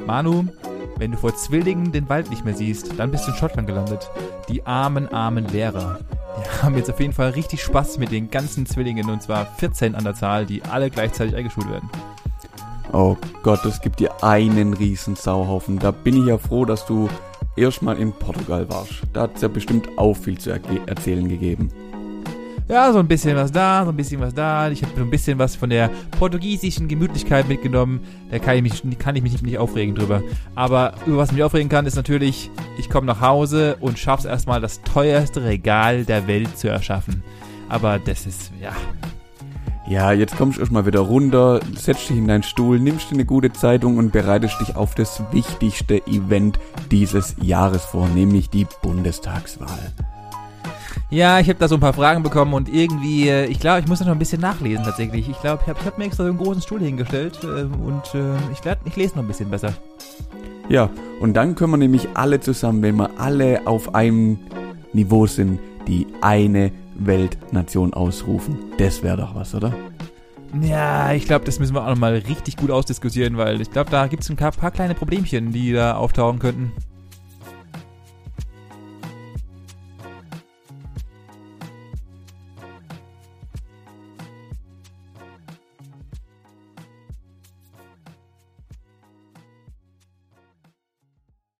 Manu, wenn du vor Zwillingen den Wald nicht mehr siehst, dann bist du in Schottland gelandet. Die armen Lehrer. Die haben jetzt auf jeden Fall richtig Spaß mit den ganzen Zwillingen, und zwar 14 an der Zahl, die alle gleichzeitig eingeschult werden. Oh Gott, es gibt dir einen riesen Sauhaufen. Da bin ich ja froh, dass du erstmal in Portugal warst. Da hat es ja bestimmt auch viel zu erzählen gegeben. Ja, so ein bisschen was da, so ein bisschen was da. Ich habe so ein bisschen was von der portugiesischen Gemütlichkeit mitgenommen. Da kann ich mich nicht aufregen drüber. Aber über was ich mich aufregen kann, ist natürlich, ich komme nach Hause und schaff's erstmal, das teuerste Regal der Welt zu erschaffen. Aber das ist, ja... Ja, jetzt kommst du erstmal wieder runter, setzt dich in deinen Stuhl, nimmst dir eine gute Zeitung und bereitest dich auf das wichtigste Event dieses Jahres vor, nämlich die Bundestagswahl. Ja, ich habe da so ein paar Fragen bekommen und irgendwie, ich glaube, ich muss noch ein bisschen nachlesen tatsächlich. Ich glaube, ich hab mir extra so einen großen Stuhl hingestellt und ich lese noch ein bisschen besser. Ja, und dann können wir nämlich alle zusammen, wenn wir alle auf einem Niveau sind, die eine Weltnation ausrufen. Das wäre doch was, oder? Ja, ich glaube, das müssen wir auch nochmal richtig gut ausdiskutieren, weil ich glaube, da gibt es ein paar kleine Problemchen, die da auftauchen könnten.